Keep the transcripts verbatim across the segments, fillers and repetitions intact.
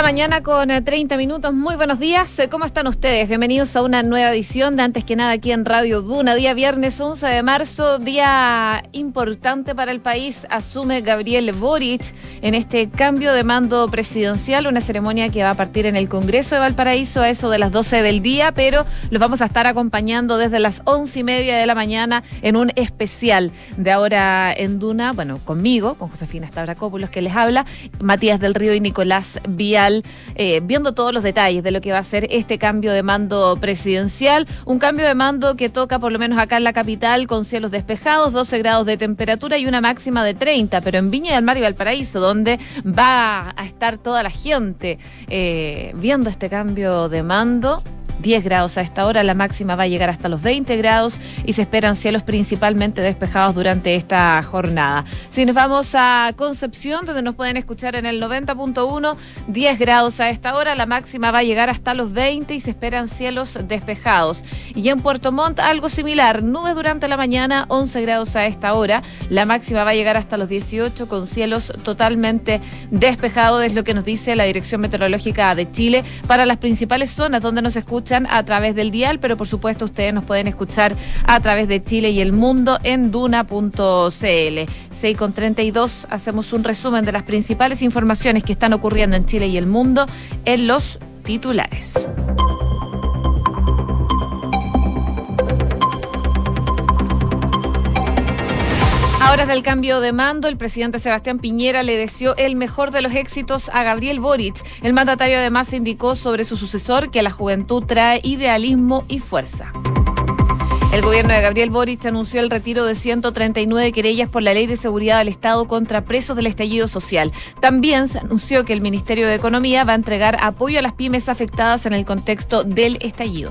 Mañana con treinta minutos, muy buenos días, ¿cómo están ustedes? Bienvenidos a una nueva edición de Antes que Nada aquí en Radio Duna, día viernes once de marzo, día importante para el país, asume Gabriel Boric en este cambio de mando presidencial, una ceremonia que va a partir en el Congreso de Valparaíso a eso de las doce del día, pero los vamos a estar acompañando desde las once y media de la mañana en un especial de Ahora en Duna, bueno, conmigo, con Josefina Stavrakopoulos que les habla, Matías del Río y Nicolás Vial, eh, viendo todos los detalles de lo que va a ser este cambio de mando presidencial, un cambio de mando que toca por lo menos acá en la capital con cielos despejados, doce grados de temperatura y una máxima de treinta, pero en Viña del Mar y Valparaíso, donde va a estar toda la gente eh, viendo este cambio de mando, diez grados a esta hora, la máxima va a llegar hasta los veinte grados y se esperan cielos principalmente despejados durante esta jornada. Si nos vamos a Concepción, donde nos pueden escuchar en el noventa punto uno, diez grados a esta hora, la máxima va a llegar hasta los veinte y se esperan cielos despejados. Y en Puerto Montt algo similar, nubes durante la mañana, once grados a esta hora, la máxima va a llegar hasta los dieciocho con cielos totalmente despejados, es lo que nos dice la Dirección Meteorológica de Chile para las principales zonas donde nos escuchan a través del dial, pero por supuesto ustedes nos pueden escuchar a través de Chile y el mundo en duna punto c l. seis con treinta y dos, hacemos un resumen de las principales informaciones que están ocurriendo en Chile y el mundo en los titulares. A horas del cambio de mando, el presidente Sebastián Piñera le deseó el mejor de los éxitos a Gabriel Boric. El mandatario además indicó sobre su sucesor que la juventud trae idealismo y fuerza. El gobierno de Gabriel Boric anunció el retiro de ciento treinta y nueve querellas por la Ley de Seguridad del Estado contra presos del estallido social. También se anunció que el Ministerio de Economía va a entregar apoyo a las pymes afectadas en el contexto del estallido.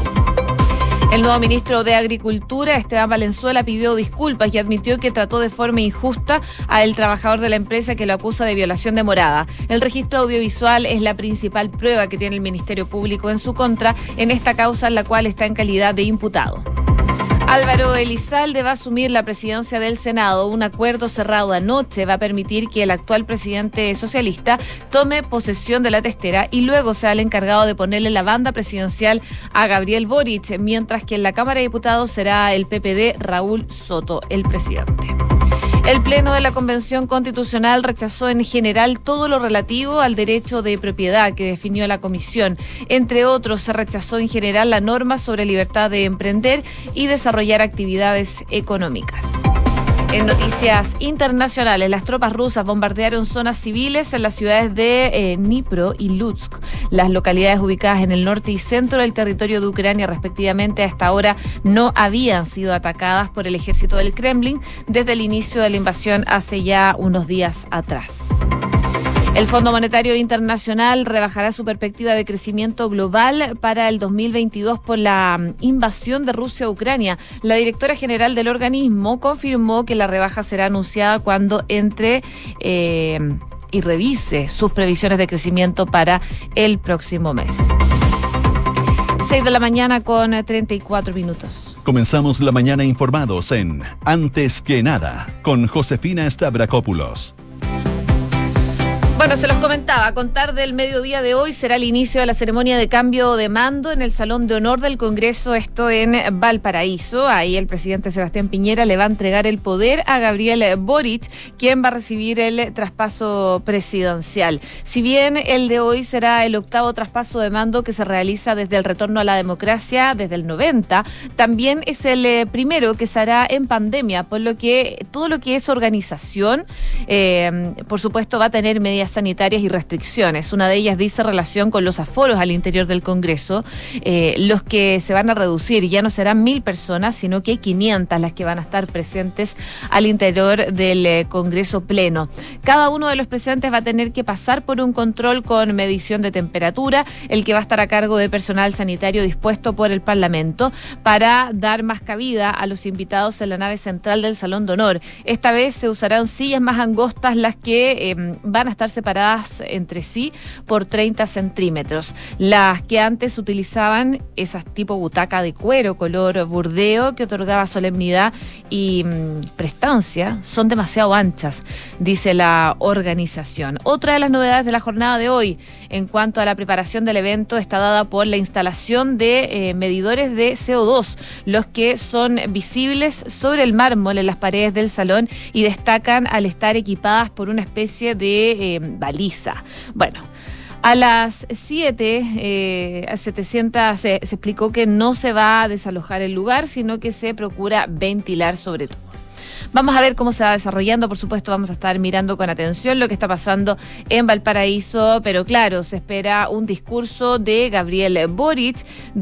El nuevo ministro de Agricultura, Esteban Valenzuela, pidió disculpas y admitió que trató de forma injusta al trabajador de la empresa que lo acusa de violación de morada. El registro audiovisual es la principal prueba que tiene el Ministerio Público en su contra en esta causa en la cual está en calidad de imputado. Álvaro Elizalde va a asumir la presidencia del Senado. Un acuerdo cerrado anoche va a permitir que el actual presidente socialista tome posesión de la testera y luego sea el encargado de ponerle la banda presidencial a Gabriel Boric, mientras que en la Cámara de Diputados será el P P D Raúl Soto, el presidente. El Pleno de la Convención Constitucional rechazó en general todo lo relativo al derecho de propiedad que definió la Comisión. Entre otros, se rechazó en general la norma sobre libertad de emprender y desarrollar actividades económicas. En noticias internacionales, las tropas rusas bombardearon zonas civiles en las ciudades de eh, Dnipro y Lutsk. Las localidades ubicadas en el norte y centro del territorio de Ucrania, respectivamente, hasta ahora no habían sido atacadas por el ejército del Kremlin desde el inicio de la invasión hace ya unos días atrás. El Fondo Monetario Internacional rebajará su perspectiva de crecimiento global para el dos mil veintidós por la invasión de Rusia a Ucrania. La directora general del organismo confirmó que la rebaja será anunciada cuando entre eh, y revise sus previsiones de crecimiento para el próximo mes. seis de la mañana con treinta y cuatro minutos. Comenzamos la mañana informados en Antes que Nada con Josefina Stavrakopoulos. Bueno, se los comentaba, a contar del mediodía de hoy será el inicio de la ceremonia de cambio de mando en el Salón de Honor del Congreso, esto en Valparaíso. Ahí el presidente Sebastián Piñera le va a entregar el poder a Gabriel Boric, quien va a recibir el traspaso presidencial. Si bien el de hoy será el octavo traspaso de mando que se realiza desde el retorno a la democracia, desde el noventa, también es el primero que se hará en pandemia, por lo que todo lo que es organización, eh, por supuesto, va a tener medidas sanitarias y restricciones. Una de ellas dice relación con los aforos al interior del Congreso, eh, los que se van a reducir. Ya no serán mil personas, sino que quinientas las que van a estar presentes al interior del eh, Congreso pleno. Cada uno de los presentes va a tener que pasar por un control con medición de temperatura, el que va a estar a cargo de personal sanitario dispuesto por el Parlamento para dar más cabida a los invitados en la nave central del Salón de Honor. Esta vez se usarán sillas más angostas, las que eh, van a estar separadas separadas entre sí por treinta centímetros. Las que antes utilizaban esas tipo butaca de cuero color burdeo que otorgaba solemnidad y mmm, prestancia son demasiado anchas, dice la organización. Otra de las novedades de la jornada de hoy en cuanto a la preparación del evento está dada por la instalación de eh, medidores de C O dos, los que son visibles sobre el mármol en las paredes del salón y destacan al estar equipadas por una especie de eh, baliza. Bueno, a las siete, eh, a setecientos, se, se explicó que no se va a desalojar el lugar, sino que se procura ventilar sobre todo. Vamos a ver cómo se va desarrollando, por supuesto vamos a estar mirando con atención lo que está pasando en Valparaíso, pero claro, se espera un discurso de Gabriel Boric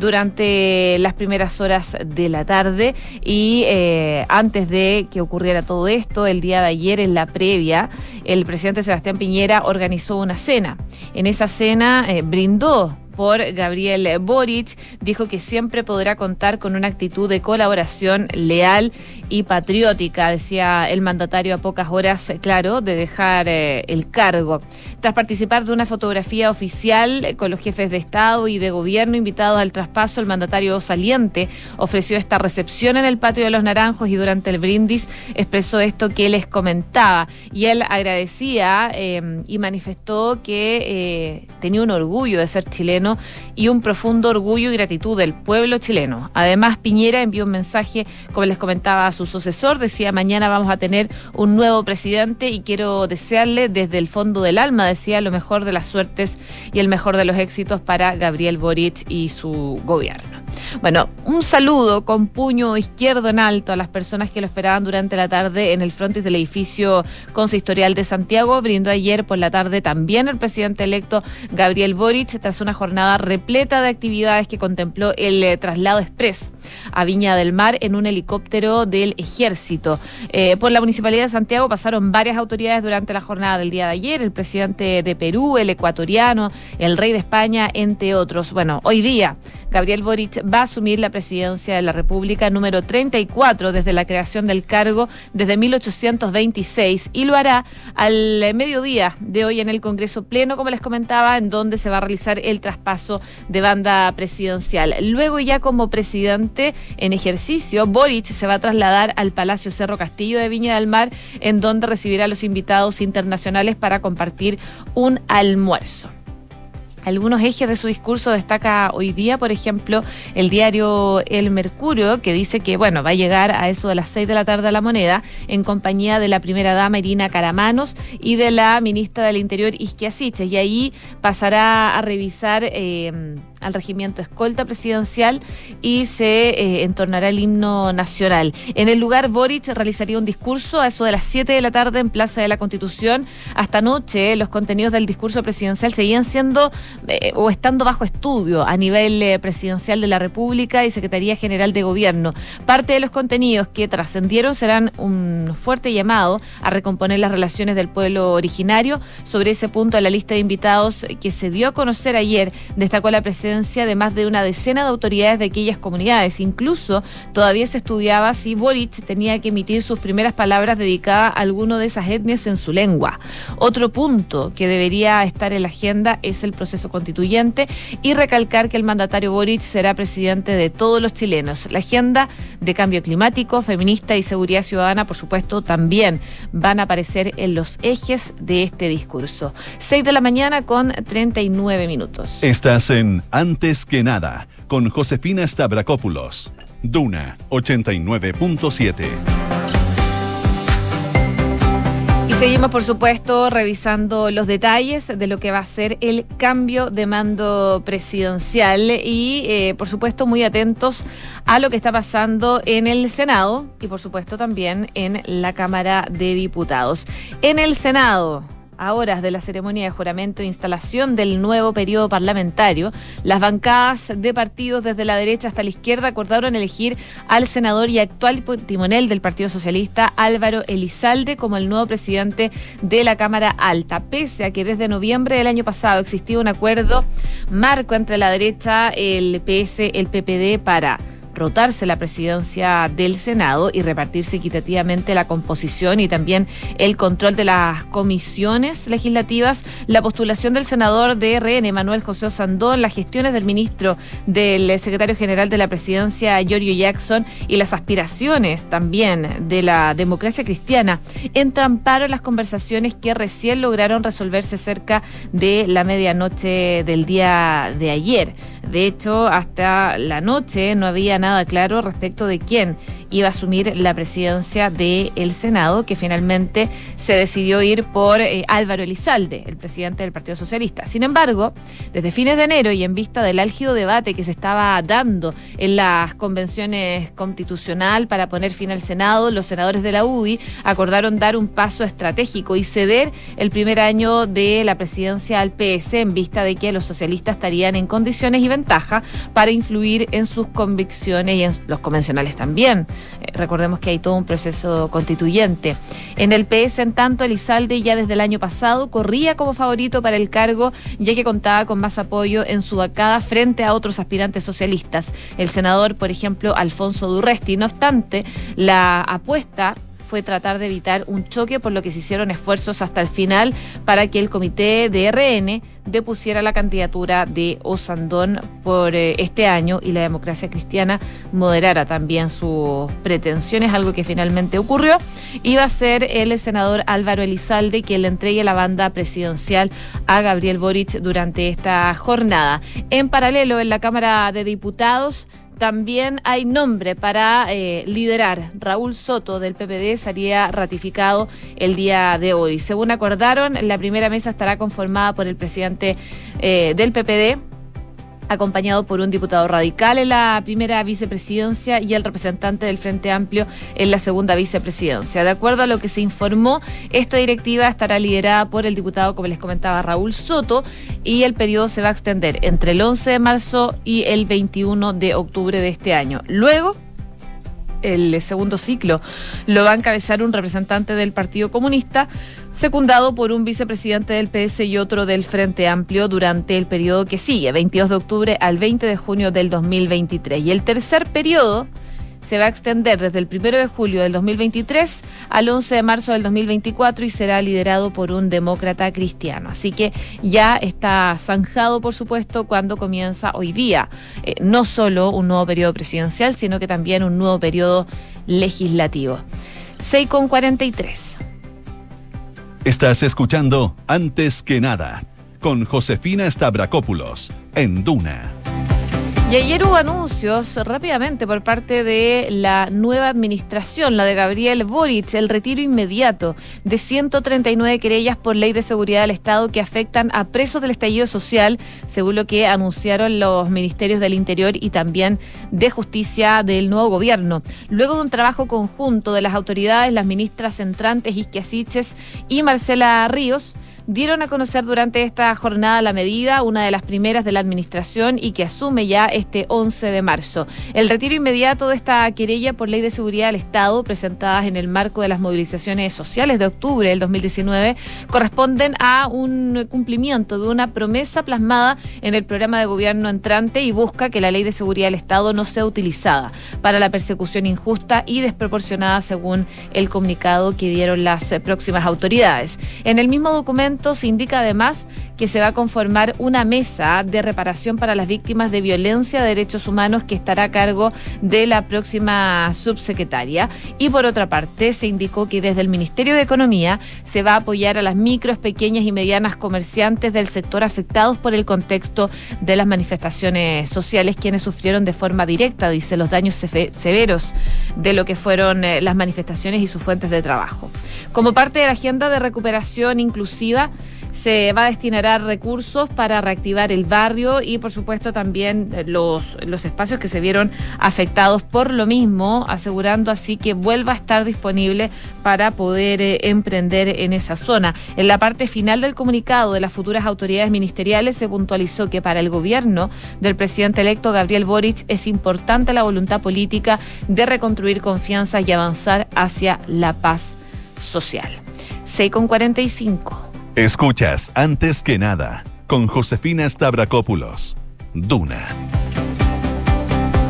durante las primeras horas de la tarde y eh, antes de que ocurriera todo esto, el día de ayer en la previa, el presidente Sebastián Piñera organizó una cena. En esa cena eh, brindó por Gabriel Boric, dijo que siempre podrá contar con una actitud de colaboración leal y patriótica, decía el mandatario a pocas horas, claro, de dejar eh, el cargo. Tras participar de una fotografía oficial con los jefes de Estado y de Gobierno invitados al traspaso, el mandatario saliente ofreció esta recepción en el Patio de los Naranjos y durante el brindis expresó esto que les comentaba. Y él agradecía eh, y manifestó que eh, tenía un orgullo de ser chileno y un profundo orgullo y gratitud del pueblo chileno. Además, Piñera envió un mensaje, como les comentaba a su sucesor, decía: mañana vamos a tener un nuevo presidente y quiero desearle desde el fondo del alma, decía, lo mejor de las suertes y el mejor de los éxitos para Gabriel Boric y su gobierno. Bueno, un saludo con puño izquierdo en alto a las personas que lo esperaban durante la tarde en el frontis del edificio consistorial de Santiago. Brindó ayer por la tarde también el presidente electo Gabriel Boric tras una jornada repleta de actividades que contempló el eh, traslado express a Viña del Mar en un helicóptero del Ejército. Eh, por la Municipalidad de Santiago pasaron varias autoridades durante la jornada del día de ayer, el presidente de Perú, el ecuatoriano, el rey de España, entre otros. Bueno, hoy día Gabriel Boric va a asumir la presidencia de la República número treinta y cuatro desde la creación del cargo desde mil ochocientos veintiséis y lo hará al mediodía de hoy en el Congreso Pleno, como les comentaba, en donde se va a realizar el traspaso de banda presidencial. Luego, ya como presidente en ejercicio, Boric se va a trasladar al Palacio Cerro Castillo de Viña del Mar, en donde recibirá a los invitados internacionales para compartir un almuerzo. Algunos ejes de su discurso destaca hoy día, por ejemplo, el diario El Mercurio, que dice que, bueno, va a llegar a eso de las seis de la tarde a La Moneda en compañía de la primera dama Irina Caramanos y de la ministra del Interior Isquia Siches, y ahí pasará a revisar eh, al regimiento escolta presidencial y se eh, entonará el himno nacional. En el lugar, Boric realizaría un discurso a eso de las siete de la tarde en Plaza de la Constitución. Hasta anoche, los contenidos del discurso presidencial seguían siendo Eh, o estando bajo estudio a nivel eh, presidencial de la República y Secretaría General de Gobierno. Parte de los contenidos que trascendieron serán un fuerte llamado a recomponer las relaciones del pueblo originario. Sobre ese punto, en la lista de invitados que se dio a conocer ayer, destacó la presencia de más de una decena de autoridades de aquellas comunidades. Incluso todavía se estudiaba si Boric tenía que emitir sus primeras palabras dedicadas a alguno de esas etnias en su lengua. Otro punto que debería estar en la agenda es el proceso constituyente y recalcar que el mandatario Boric será presidente de todos los chilenos. La agenda de cambio climático, feminista y seguridad ciudadana, por supuesto, también van a aparecer en los ejes de este discurso. seis de la mañana con treinta y nueve minutos. Estás en Antes que Nada con Josefina Stavrakopoulos. Duna ochenta y nueve punto siete. Seguimos, por supuesto, revisando los detalles de lo que va a ser el cambio de mando presidencial y, eh, por supuesto, muy atentos a lo que está pasando en el Senado y, por supuesto, también en la Cámara de Diputados. En el Senado, a horas de la ceremonia de juramento e instalación del nuevo periodo parlamentario, las bancadas de partidos desde la derecha hasta la izquierda acordaron elegir al senador y actual timonel del Partido Socialista, Álvaro Elizalde, como el nuevo presidente de la Cámara Alta, pese a que desde noviembre del año pasado existía un acuerdo marco entre la derecha, el P S, el P P D para rotarse la presidencia del Senado y repartirse equitativamente la composición y también el control de las comisiones legislativas, la postulación del senador de R N, Manuel José Osandón, las gestiones del ministro del secretario general de la presidencia, Giorgio Jackson, y las aspiraciones también de la democracia cristiana entramparon las conversaciones que recién lograron resolverse cerca de la medianoche del día de ayer. De hecho, hasta la noche no había nada claro respecto de quién iba a asumir la presidencia del Senado, que finalmente se decidió ir por eh, Álvaro Elizalde, el presidente del Partido Socialista. Sin embargo, desde fines de enero y en vista del álgido debate que se estaba dando en las convenciones constitucional para poner fin al Senado, los senadores de la U D I acordaron dar un paso estratégico y ceder el primer año de la presidencia al P S en vista de que los socialistas estarían en condiciones y ventaja para influir en sus convicciones y en los convencionales también. Eh, recordemos que hay todo un proceso constituyente. En el P S, en tanto, Elizalde ya desde el año pasado corría como favorito para el cargo, ya que contaba con más apoyo en su bancada frente a otros aspirantes socialistas. El senador, por ejemplo, Alfonso Durresti. No obstante, la apuesta fue tratar de evitar un choque, por lo que se hicieron esfuerzos hasta el final para que el comité de R N depusiera la candidatura de Osandón por eh, este año y la democracia cristiana moderara también sus pretensiones, algo que finalmente ocurrió. Iba a ser el senador Álvaro Elizalde quien le entregue la banda presidencial a Gabriel Boric durante esta jornada. En paralelo, en la Cámara de Diputados también hay nombre para eh, liderar. Raúl Soto del P P D sería ratificado el día de hoy. Según acordaron, la primera mesa estará conformada por el presidente eh, del P P D, acompañado por un diputado radical en la primera vicepresidencia y el representante del Frente Amplio en la segunda vicepresidencia. De acuerdo a lo que se informó, esta directiva estará liderada por el diputado, como les comentaba, Raúl Soto, y el periodo se va a extender entre el once de marzo y el veintiuno de octubre de este año. Luego, el segundo ciclo lo va a encabezar un representante del Partido Comunista, secundado por un vicepresidente del P S y otro del Frente Amplio durante el periodo que sigue, veintidós de octubre al veinte de junio del dos mil veintitrés. Y el tercer periodo se va a extender desde el primero de julio del dos mil veintitrés al once de marzo del dos mil veinticuatro y será liderado por un demócrata cristiano. Así que ya está zanjado, por supuesto, cuando comienza hoy día eh, no solo un nuevo periodo presidencial, sino que también un nuevo periodo legislativo. seis con cuarenta y tres. Estás escuchando Antes que Nada con Josefina Stavrakopoulos en Duna. Y ayer hubo anuncios rápidamente por parte de la nueva administración, la de Gabriel Boric, el retiro inmediato de ciento treinta y nueve querellas por ley de seguridad del Estado que afectan a presos del estallido social, según lo que anunciaron los ministerios del Interior y también de Justicia del nuevo gobierno. Luego de un trabajo conjunto de las autoridades, las ministras entrantes Isquia Siches y Marcela Ríos dieron a conocer durante esta jornada la medida, una de las primeras de la administración y que asume ya este once de marzo. El retiro inmediato de esta querella por ley de seguridad del Estado, presentadas en el marco de las movilizaciones sociales de octubre del dos mil diecinueve, corresponden a un cumplimiento de una promesa plasmada en el programa de gobierno entrante y busca que la ley de seguridad del Estado no sea utilizada para la persecución injusta y desproporcionada, según el comunicado que dieron las próximas autoridades. En el mismo documento se indica además que se va a conformar una mesa de reparación para las víctimas de violencia de derechos humanos que estará a cargo de la próxima subsecretaria. Y por otra parte, se indicó que desde el Ministerio de Economía se va a apoyar a las micros, pequeñas y medianas comerciantes del sector afectados por el contexto de las manifestaciones sociales, quienes sufrieron de forma directa, dice, los daños severos de lo que fueron las manifestaciones y sus fuentes de trabajo. Como parte de la agenda de recuperación inclusiva, se va a destinar a recursos para reactivar el barrio y, por supuesto, también los, los espacios que se vieron afectados por lo mismo, asegurando así que vuelva a estar disponible para poder eh, emprender en esa zona. En la parte final del comunicado de las futuras autoridades ministeriales se puntualizó que para el gobierno del presidente electo Gabriel Boric es importante la voluntad política de reconstruir confianza y avanzar hacia la paz social. seis con cuarenta y cinco. Escuchas Antes que Nada con Josefina Stavrakopoulos, Duna.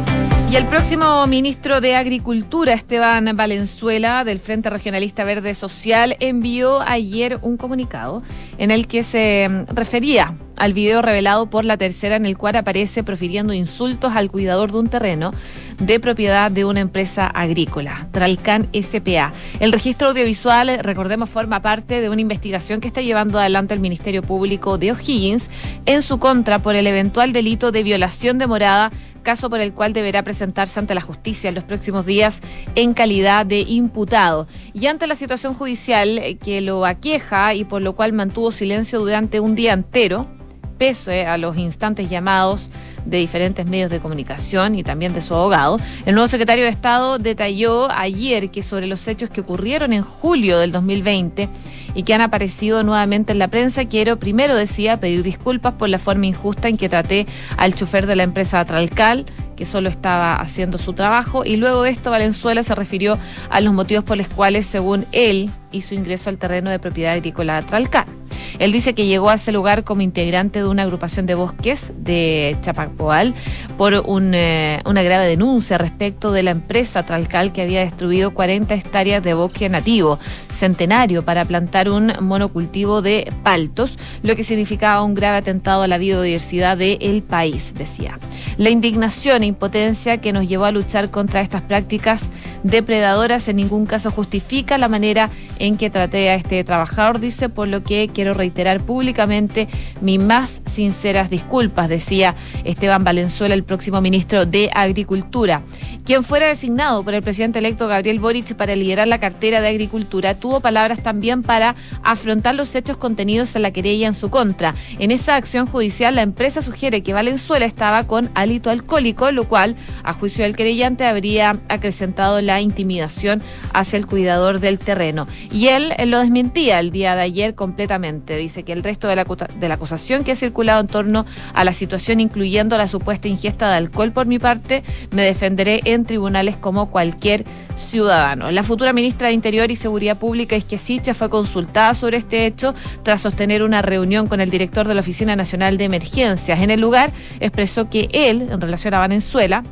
Y el próximo ministro de Agricultura, Esteban Valenzuela, del Frente Regionalista Verde Social, envió ayer un comunicado en el que se refería al video revelado por La Tercera, en el cual aparece profiriendo insultos al cuidador de un terreno de propiedad de una empresa agrícola, Tralcan S P A. El registro audiovisual, recordemos, forma parte de una investigación que está llevando adelante el Ministerio Público de O'Higgins en su contra por el eventual delito de violación de morada, caso por el cual deberá presentarse ante la justicia en los próximos días en calidad de imputado. Y ante la situación judicial que lo aqueja y por lo cual mantuvo silencio durante un día entero, pese a los instantes llamados de diferentes medios de comunicación y también de su abogado, el nuevo secretario de Estado detalló ayer que sobre los hechos que ocurrieron en julio del dos mil veinte y que han aparecido nuevamente en la prensa, quiero primero, decía, pedir disculpas por la forma injusta en que traté al chofer de la empresa Tralcal, que solo estaba haciendo su trabajo, y luego de esto Valenzuela se refirió a los motivos por los cuales, según él, hizo ingreso al terreno de propiedad agrícola Tralcal. Él dice que llegó a ese lugar como integrante de una agrupación de bosques de Chapapoal por un, eh, una grave denuncia respecto de la empresa Tralcal, que había destruido cuarenta hectáreas de bosque nativo centenario para plantar un monocultivo de paltos, lo que significaba un grave atentado a la biodiversidad del país, decía. La indignación e impotencia que nos llevó a luchar contra estas prácticas depredadoras en ningún caso justifica la manera en que traté a este trabajador, dice, por lo que quiero reiterar públicamente mis más sinceras disculpas, decía Esteban Valenzuela, el próximo ministro de Agricultura. Quien fuera designado por el presidente electo Gabriel Boric para liderar la cartera de Agricultura tuvo palabras también para afrontar los hechos contenidos en la querella en su contra. En esa acción judicial, la empresa sugiere que Valenzuela estaba con hálito alcohólico, lo cual, a juicio del querellante, habría acrecentado la intimidación hacia el cuidador del terreno. Y él, él lo desmentía el día de ayer completamente. Dice que el resto de la, de la acusación que ha circulado en torno a la situación, incluyendo la supuesta ingesta de alcohol por mi parte, me defenderé en tribunales como cualquier ciudadano. La futura ministra de Interior y Seguridad Pública, Isquia Siches, fue consultada sobre este hecho tras sostener una reunión con el director de la Oficina Nacional de Emergencias. En el lugar expresó que él, en relación a Valenzuela,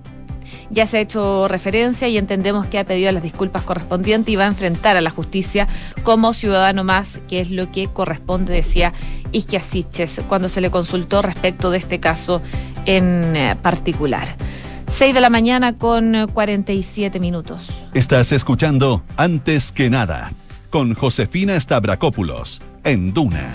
ya se ha hecho referencia y entendemos que ha pedido las disculpas correspondientes y va a enfrentar a la justicia como ciudadano más, que es lo que corresponde, decía Isquia Siches cuando se le consultó respecto de este caso en particular. seis de la mañana con cuarenta y siete minutos. Estás escuchando Antes que Nada con Josefina Stavrakopoulos en Duna.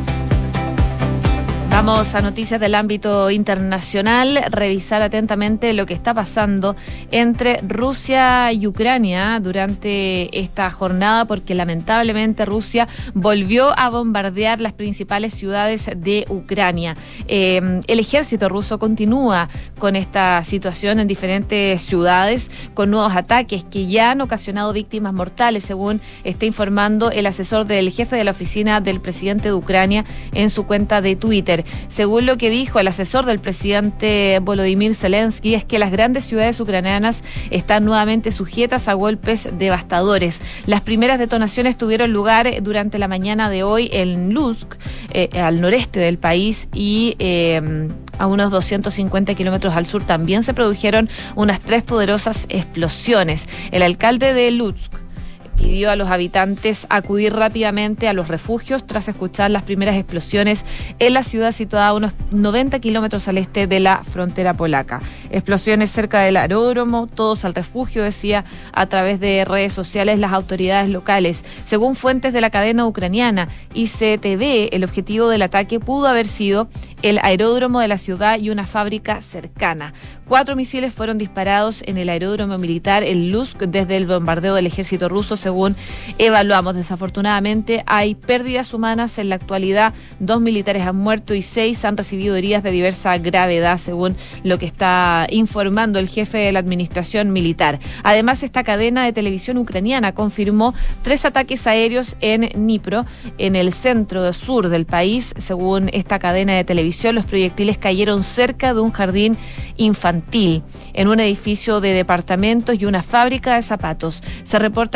Vamos a noticias del ámbito internacional, revisar atentamente lo que está pasando entre Rusia y Ucrania durante esta jornada, porque lamentablemente Rusia volvió a bombardear las principales ciudades de Ucrania. Eh, el ejército ruso continúa con esta situación en diferentes ciudades, con nuevos ataques que ya han ocasionado víctimas mortales, según está informando el asesor del jefe de la oficina del presidente de Ucrania en su cuenta de Twitter. Según lo que dijo el asesor del presidente Volodymyr Zelensky, es que las grandes ciudades ucranianas están nuevamente sujetas a golpes devastadores. Las primeras detonaciones tuvieron lugar durante la mañana de hoy en Lutsk, eh, al noreste del país, y eh, a unos doscientos cincuenta kilómetros al sur también se produjeron unas tres poderosas explosiones. El alcalde de Lutsk pidió a los habitantes acudir rápidamente a los refugios tras escuchar las primeras explosiones en la ciudad situada a unos noventa kilómetros al este de la frontera polaca. Explosiones cerca del aeródromo, todos al refugio, decía a través de redes sociales las autoridades locales. Según fuentes de la cadena ucraniana I C T V, el objetivo del ataque pudo haber sido el aeródromo de la ciudad y una fábrica cercana. Cuatro misiles fueron disparados en el aeródromo militar en Lutsk desde el bombardeo del ejército ruso, según evaluamos. Desafortunadamente hay pérdidas humanas en la actualidad. Dos militares han muerto y seis han recibido heridas de diversa gravedad, según lo que está informando el jefe de la administración militar. Además, esta cadena de televisión ucraniana confirmó tres ataques aéreos en Dnipro, en el centro del sur del país. Según esta cadena de televisión, los proyectiles cayeron cerca de un jardín infantil, en un edificio de departamentos y una fábrica de zapatos. Se reportan tres ataques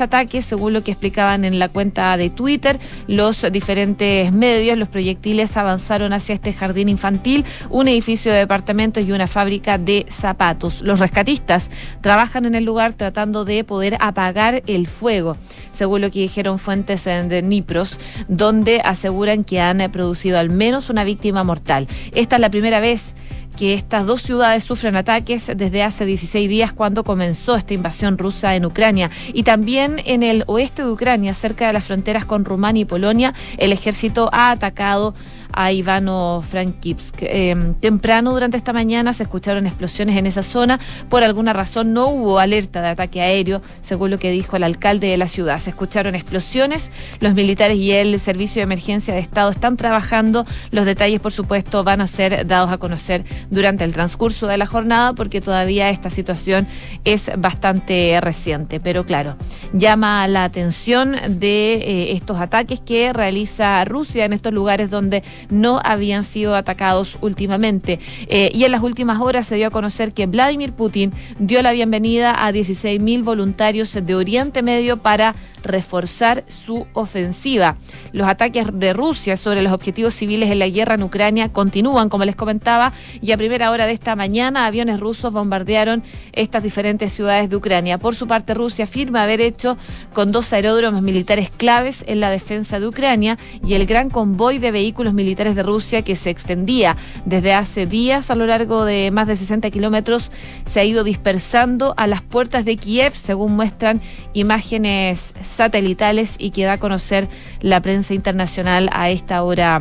ataque, según lo que explicaban en la cuenta de Twitter los diferentes medios. Los proyectiles avanzaron hacia este jardín infantil, un edificio de departamentos y una fábrica de zapatos. Los rescatistas trabajan en el lugar tratando de poder apagar el fuego, según lo que dijeron fuentes de Dnipros, donde aseguran que han producido al menos una víctima mortal. Esta es la primera vez que estas dos ciudades sufren ataques desde hace dieciséis días, cuando comenzó esta invasión rusa en Ucrania. Y también en el oeste de Ucrania, cerca de las fronteras con Rumania y Polonia, el ejército ha atacado a Ivano-Frankivsk. Eh, temprano durante esta mañana se escucharon explosiones en esa zona. Por alguna razón no hubo alerta de ataque aéreo, según lo que dijo el alcalde de la ciudad. Se escucharon explosiones, los militares y el Servicio de Emergencia de Estado están trabajando. Los detalles, por supuesto, van a ser dados a conocer durante el transcurso de la jornada, porque todavía esta situación es bastante reciente. Pero claro, llama la atención de eh, estos ataques que realiza Rusia en estos lugares donde no habían sido atacados últimamente. Eh, y en las últimas horas se dio a conocer que Vladimir Putin dio la bienvenida a dieciséis mil voluntarios de Oriente Medio para reforzar su ofensiva. Los ataques de Rusia sobre los objetivos civiles en la guerra en Ucrania continúan, como les comentaba, y a primera hora de esta mañana aviones rusos bombardearon estas diferentes ciudades de Ucrania. Por su parte, Rusia afirma haber hecho con dos aeródromos militares claves en la defensa de Ucrania, y el gran convoy de vehículos militares de Rusia, que se extendía desde hace días a lo largo de más de sesenta kilómetros, se ha ido dispersando a las puertas de Kiev, según muestran imágenes satelitales y que da a conocer la prensa internacional a esta hora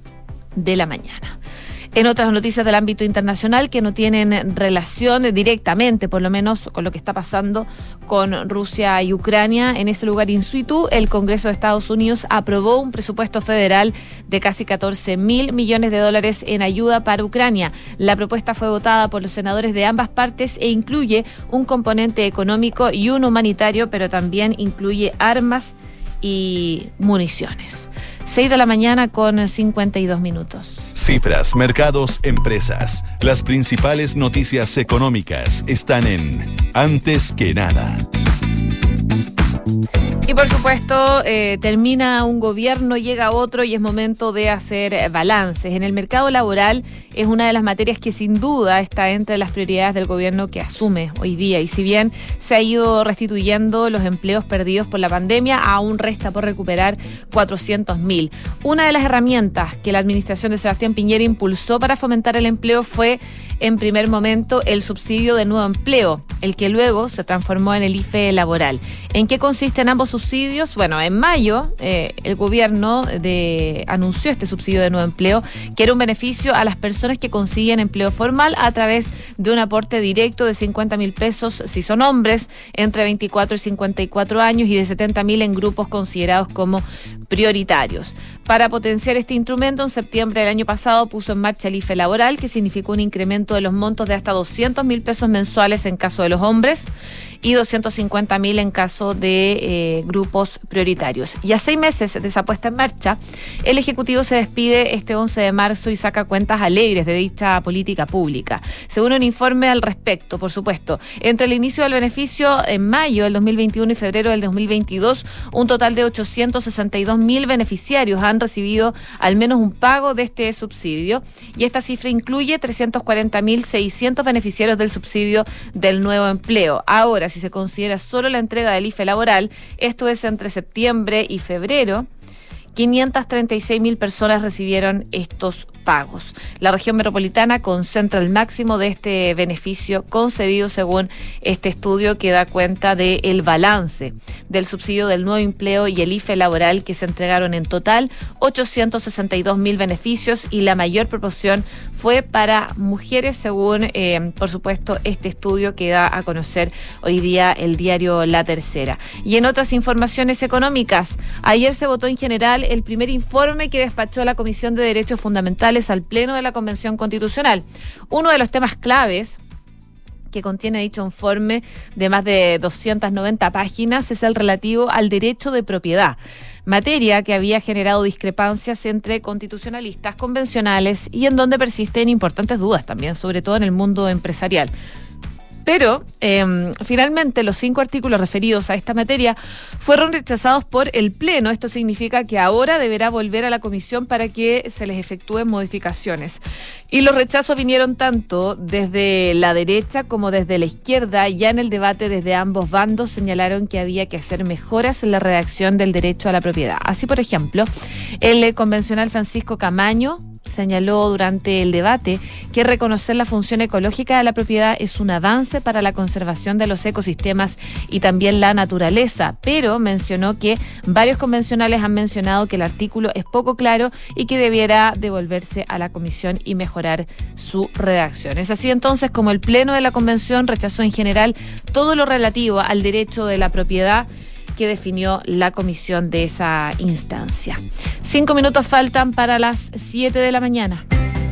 de la mañana. En otras noticias del ámbito internacional que no tienen relación directamente, por lo menos, con lo que está pasando con Rusia y Ucrania, en ese lugar in situ, el Congreso de Estados Unidos aprobó un presupuesto federal de casi catorce mil millones de dólares en ayuda para Ucrania. La propuesta fue votada por los senadores de ambas partes e incluye un componente económico y un humanitario, pero también incluye armas y municiones. seis de la mañana con cincuenta y dos minutos. Cifras, mercados, empresas. Las principales noticias económicas están en Antes que Nada. Y por supuesto, eh, termina un gobierno, llega otro y es momento de hacer balances. En el mercado laboral es una de las materias que sin duda está entre las prioridades del gobierno que asume hoy día. Y si bien se ha ido restituyendo los empleos perdidos por la pandemia, aún resta por recuperar cuatrocientos mil. Una de las herramientas que la administración de Sebastián Piñera impulsó para fomentar el empleo fue, en primer momento, el subsidio de nuevo empleo, el que luego se transformó en el I F E laboral. ¿En qué consisten ambos subsidios? Bueno, en mayo eh, el gobierno de, anunció este subsidio de nuevo empleo, que era un beneficio a las personas que consiguen empleo formal a través de un aporte directo de cincuenta mil pesos si son hombres entre veinticuatro y cincuenta y cuatro años, y de setenta mil en grupos considerados como prioritarios. Para potenciar este instrumento, en septiembre del año pasado puso en marcha el I F E laboral, que significó un incremento de los montos de hasta doscientos mil pesos mensuales en caso de los hombres y doscientos cincuenta mil en caso de eh, grupos prioritarios. Y a seis meses de esa puesta en marcha, el Ejecutivo se despide este once de marzo y saca cuentas alegres de dicha política pública. Según un informe al respecto, por supuesto, entre el inicio del beneficio en mayo del dos mil veintiuno y febrero del dos mil veintidós, un total de ochocientos sesenta y dos mil beneficiarios han recibido al menos un pago de este subsidio, y esta cifra incluye trescientos cuarenta mil seiscientos beneficiarios del subsidio del nuevo empleo. Ahora, si se considera solo la entrega del I F E laboral, esto es entre septiembre y febrero, quinientas treinta y seis mil personas recibieron estos pagos. La región metropolitana concentra el máximo de este beneficio concedido, según este estudio que da cuenta del balance del subsidio del nuevo empleo y el I F E laboral, que se entregaron en total ochocientos sesenta y dos mil beneficios, y la mayor proporción fue para mujeres, según, eh, por supuesto, este estudio que da a conocer hoy día el diario La Tercera. Y en otras informaciones económicas, ayer se votó en general el primer informe que despachó la Comisión de Derechos Fundamentales al Pleno de la Convención Constitucional. Uno de los temas claves que contiene dicho informe de más de doscientas noventa páginas es el relativo al derecho de propiedad, materia que había generado discrepancias entre constitucionalistas convencionales y en donde persisten importantes dudas también, sobre todo en el mundo empresarial. Pero eh, finalmente los cinco artículos referidos a esta materia fueron rechazados por el Pleno. Esto significa que ahora deberá volver a la comisión para que se les efectúen modificaciones. Y los rechazos vinieron tanto desde la derecha como desde la izquierda. Ya en el debate desde ambos bandos señalaron que había que hacer mejoras en la redacción del derecho a la propiedad. Así, por ejemplo, el convencional Francisco Camaño señaló durante el debate que reconocer la función ecológica de la propiedad es un avance para la conservación de los ecosistemas y también la naturaleza, pero mencionó que varios convencionales han mencionado que el artículo es poco claro y que debiera devolverse a la comisión y mejorar su redacción. Es así entonces como el Pleno de la Convención rechazó en general todo lo relativo al derecho de la propiedad que definió la comisión de esa instancia. Cinco minutos faltan para las siete de la mañana.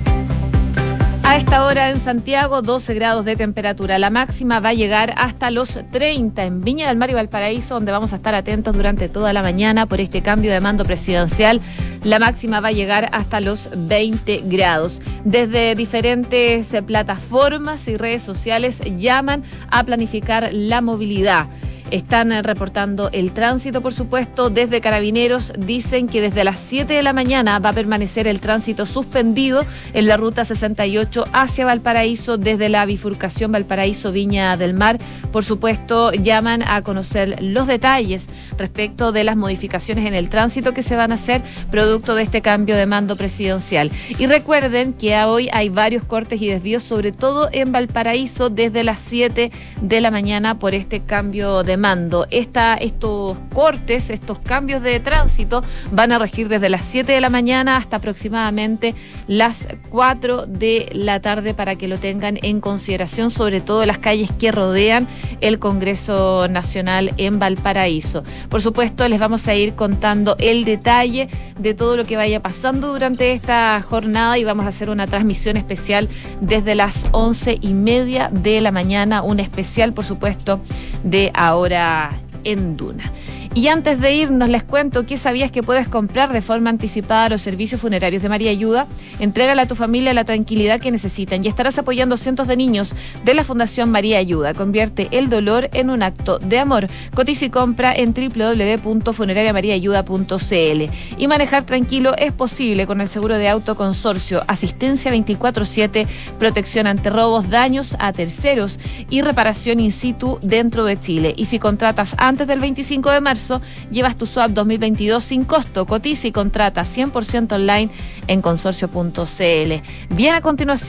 A esta hora en Santiago, doce grados de temperatura. La máxima va a llegar hasta los treinta en Viña del Mar y Valparaíso, donde vamos a estar atentos durante toda la mañana por este cambio de mando presidencial. La máxima va a llegar hasta los veinte grados. Desde diferentes plataformas y redes sociales llaman a planificar la movilidad. Están reportando el tránsito, por supuesto. Desde Carabineros dicen que desde las siete de la mañana va a permanecer el tránsito suspendido en la ruta sesenta y ocho hacia Valparaíso, desde la bifurcación Valparaíso-Viña del Mar. Por supuesto, llaman a conocer los detalles respecto de las modificaciones en el tránsito que se van a hacer producto de este cambio de mando presidencial. Y recuerden que hoy hay varios cortes y desvíos, sobre todo en Valparaíso, desde las siete de la mañana por este cambio de mando. Esta, estos cortes, estos cambios de tránsito van a regir desde las siete de la mañana hasta aproximadamente las cuatro de la tarde, para que lo tengan en consideración, sobre todo las calles que rodean el Congreso Nacional en Valparaíso. Por supuesto, les vamos a ir contando el detalle de todo lo que vaya pasando durante esta jornada y vamos a hacer una transmisión especial desde las once y media de la mañana, un especial, por supuesto, de ahora en Duna. Y antes de irnos, les cuento que sabías que puedes comprar de forma anticipada los servicios funerarios de María Ayuda. Entrégale a tu familia la tranquilidad que necesitan y estarás apoyando a cientos de niños de la Fundación María Ayuda. Convierte el dolor en un acto de amor. Cotiza y compra en doble u doble u doble u punto funeraria maría ayuda punto c l. Y manejar tranquilo es posible con el seguro de auto Consorcio, asistencia veinticuatro siete, protección ante robos, daños a terceros y reparación in situ dentro de Chile. Y si contratas antes del veinticinco de marzo, llevas tu swap dos mil veintidós sin costo. Cotiza y contrata cien por ciento online en consorcio punto c l. Bien, a continuación